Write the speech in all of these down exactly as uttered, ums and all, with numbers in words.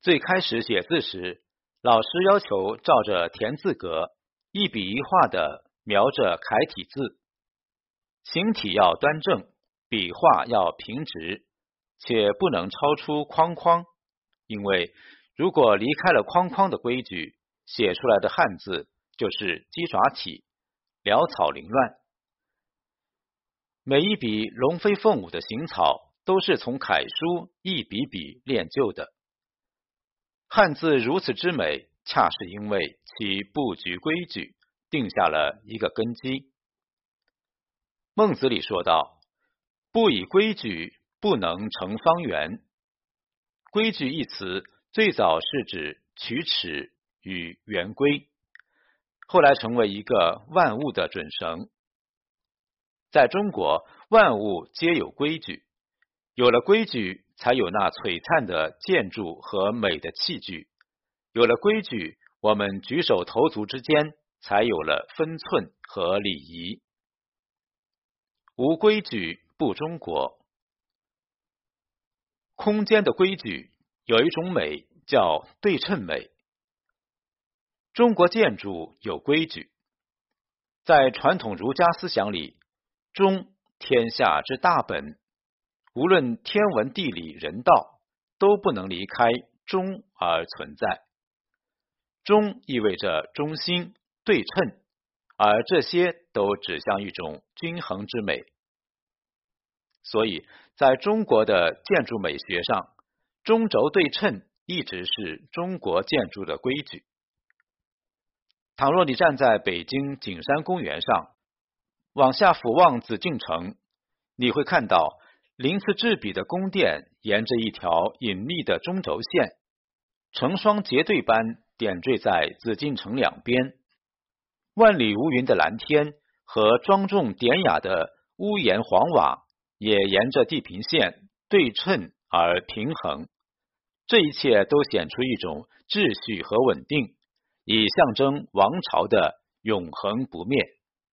最开始写字时，老师要求照着田字格，一笔一画的描着楷体字，形体要端正，笔画要平直，且不能超出框框，因为如果离开了框框的规矩，写出来的汉字就是鸡爪体，潦草凌乱。每一笔龙飞凤舞的行草都是从楷书一笔笔练就的。汉字如此之美，恰是因为其布局规矩，定下了一个根基。孟子里说道：“不以规矩，不能成方圆。”规矩一词最早是指曲尺与圆规，后来成为一个万物的准绳。在中国，万物皆有规矩，有了规矩，才有那璀璨的建筑和美的器具。有了规矩，我们举手投足之间才有了分寸和礼仪。无规矩不中国。空间的规矩有一种美叫对称美。中国建筑有规矩，在传统儒家思想里，中天下之大本，无论天文地理人道，都不能离开中而存在。中意味着中心、对称，而这些都指向一种均衡之美。所以在中国的建筑美学上，中轴对称一直是中国建筑的规矩。倘若你站在北京景山公园上，往下俯望紫禁城，你会看到鳞次栉比的宫殿沿着一条隐秘的中轴线，成双结对般点缀在紫禁城两边。万里无云的蓝天和庄重典雅的屋檐黄瓦也沿着地平线对称而平衡，这一切都显出一种秩序和稳定，以象征王朝的永恒不灭。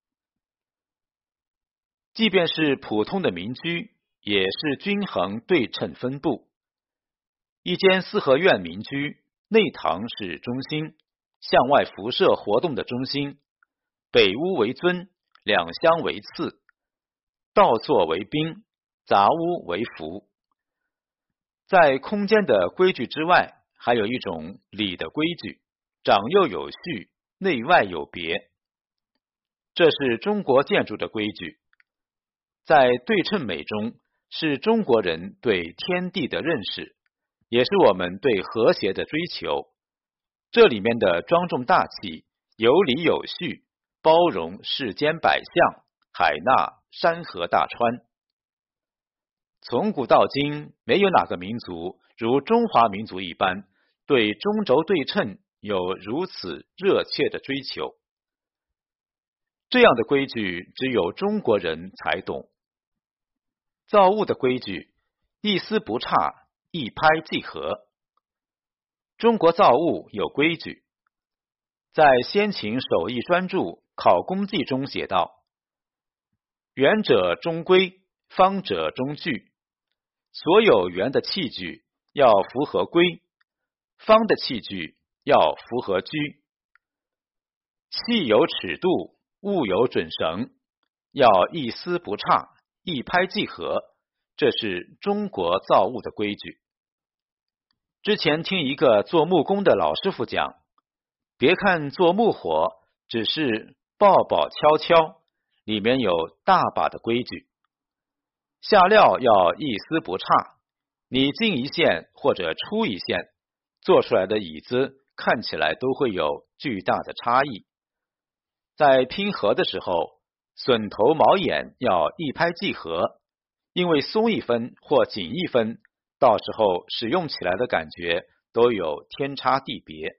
即便是普通的民居，也是均衡对称分布。一间四合院民居，内堂是中心，向外辐射活动的中心，北屋为尊，两厢为次，倒座为宾，杂屋为辅。在空间的规矩之外，还有一种礼的规矩，长幼有序，内外有别。这是中国建筑的规矩。在对称美中，是中国人对天地的认识，也是我们对和谐的追求。这里面的庄重大气，有理有序，包容世间百象，海纳山河大川。从古到今，没有哪个民族如中华民族一般，对中轴对称有如此热切的追求。这样的规矩，只有中国人才懂。造物的规矩，一丝不差，一拍即合。中国造物有规矩，在先秦手艺专著《考工记》中写道：圆者中规，方者中矩。所有圆的器具要符合规，方的器具要符合矩。器有尺度，物有准绳，要一丝不差，一拍即合，这是中国造物的规矩。之前听一个做木工的老师傅讲，别看做木活只是抱抱敲敲，里面有大把的规矩。下料要一丝不差，你进一线或者出一线，做出来的椅子看起来都会有巨大的差异。在拼合的时候，榫头毛眼要一拍即合，因为松一分或紧一分，到时候使用起来的感觉都有天差地别。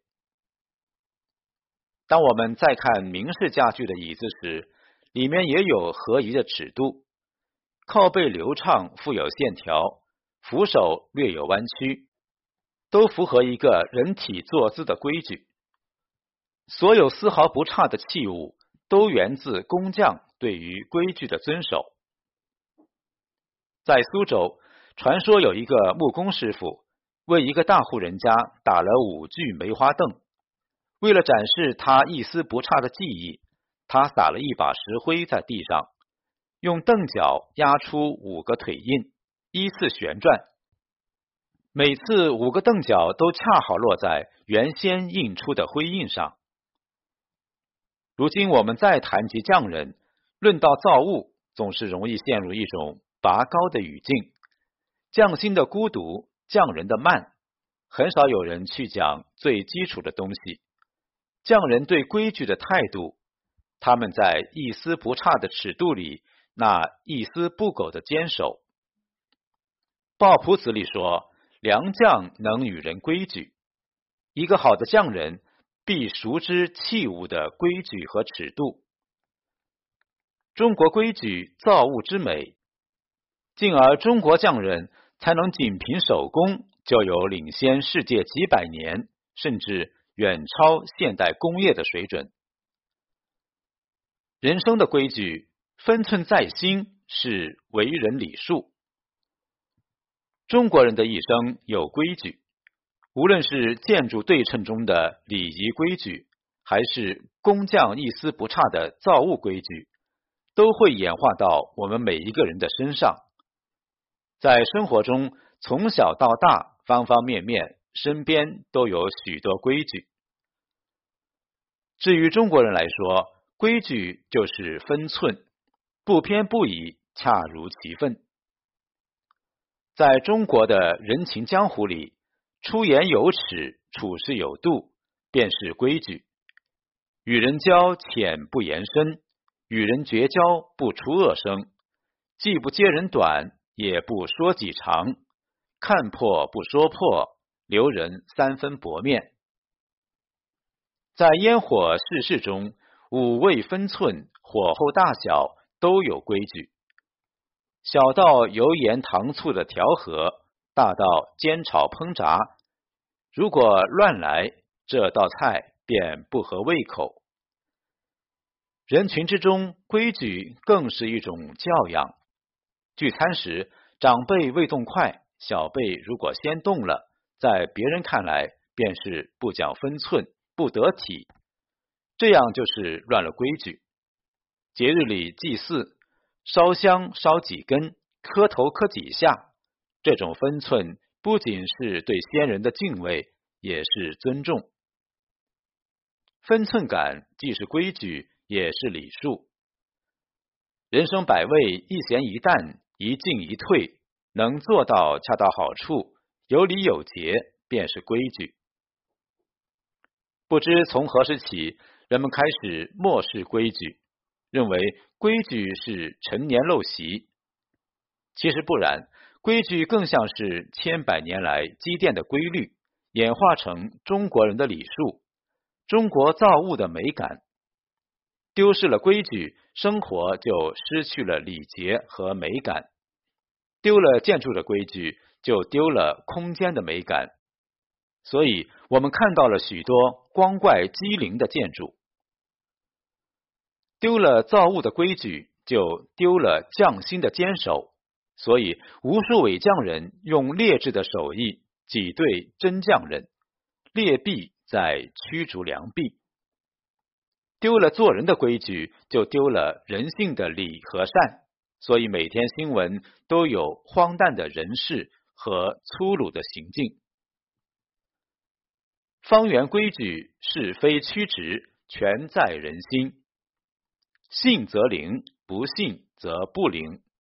当我们再看明式家具的椅子时，里面也有合宜的尺度，靠背流畅，富有线条，扶手略有弯曲，都符合一个人体坐姿的规矩。所有丝毫不差的器物都源自工匠对于规矩的遵守。在苏州，传说有一个木工师傅， 为一个大户人家打了五具梅花凳。为了展示他一丝不差的技艺，他撒了一把石灰在地上，用凳脚压出五个腿印，依次旋转，每次五个凳脚都恰好落在原先印出的灰印上。如今我们再谈及匠人，论到造物，总是容易陷入一种拔高的语境，匠心的孤独，匠人的慢，很少有人去讲最基础的东西。匠人对规矩的态度，他们在一丝不差的尺度里，那一丝不苟的坚守。抱朴子里说，良匠能与人规矩。一个好的匠人必熟知器物的规矩和尺度。中国规矩造物之美，进而中国匠人才能仅凭手工就有领先世界几百年，甚至远超现代工业的水准。人生的规矩，分寸在心，是为人礼数。中国人的一生有规矩，无论是建筑对称中的礼仪规矩，还是工匠一丝不差的造物规矩，都会演化到我们每一个人的身上。在生活中，从小到大，方方面面，身边都有许多规矩。至于中国人来说，规矩就是分寸，不偏不倚，恰如其分。在中国的人情江湖里，出言有尺，处事有度，便是规矩。与人交浅不言深，与人绝交不出恶声，既不揭人短，也不说己长，看破不说破，留人三分薄面。在烟火世事中，五味分寸，火候大小都有规矩。小到油盐糖醋的调和，大到煎炒烹炸，如果乱来，这道菜便不合胃口。人群之中，规矩更是一种教养。聚餐时，长辈未动筷，小辈如果先动了，在别人看来便是不讲分寸，不得体，这样就是乱了规矩。节日里祭祀，烧香烧几根，磕头磕几下，这种分寸不仅是对先人的敬畏，也是尊重。分寸感既是规矩，也是礼数。人生百味，一咸一淡，一进一退，能做到恰到好处，有礼有节，便是规矩。不知从何时起，人们开始漠视规矩，认为规矩是陈年陋习。其实不然，规矩更像是千百年来积淀的规律，演化成中国人的礼数，中国造物的美感。丢失了规矩，生活就失去了礼节和美感；丢了建筑的规矩，就丢了空间的美感。所以我们看到了许多光怪机灵的建筑。丢了造物的规矩，就丢了匠心的坚守。所以无数伪匠人用劣质的手艺挤兑真匠人，劣币在驱逐良币。丢了做人的规矩，就丢了人性的礼和善。所以每天新闻都有荒诞的人事和粗鲁的行径。方圆规矩，是非曲直，全在人心。信则灵，不信则不灵。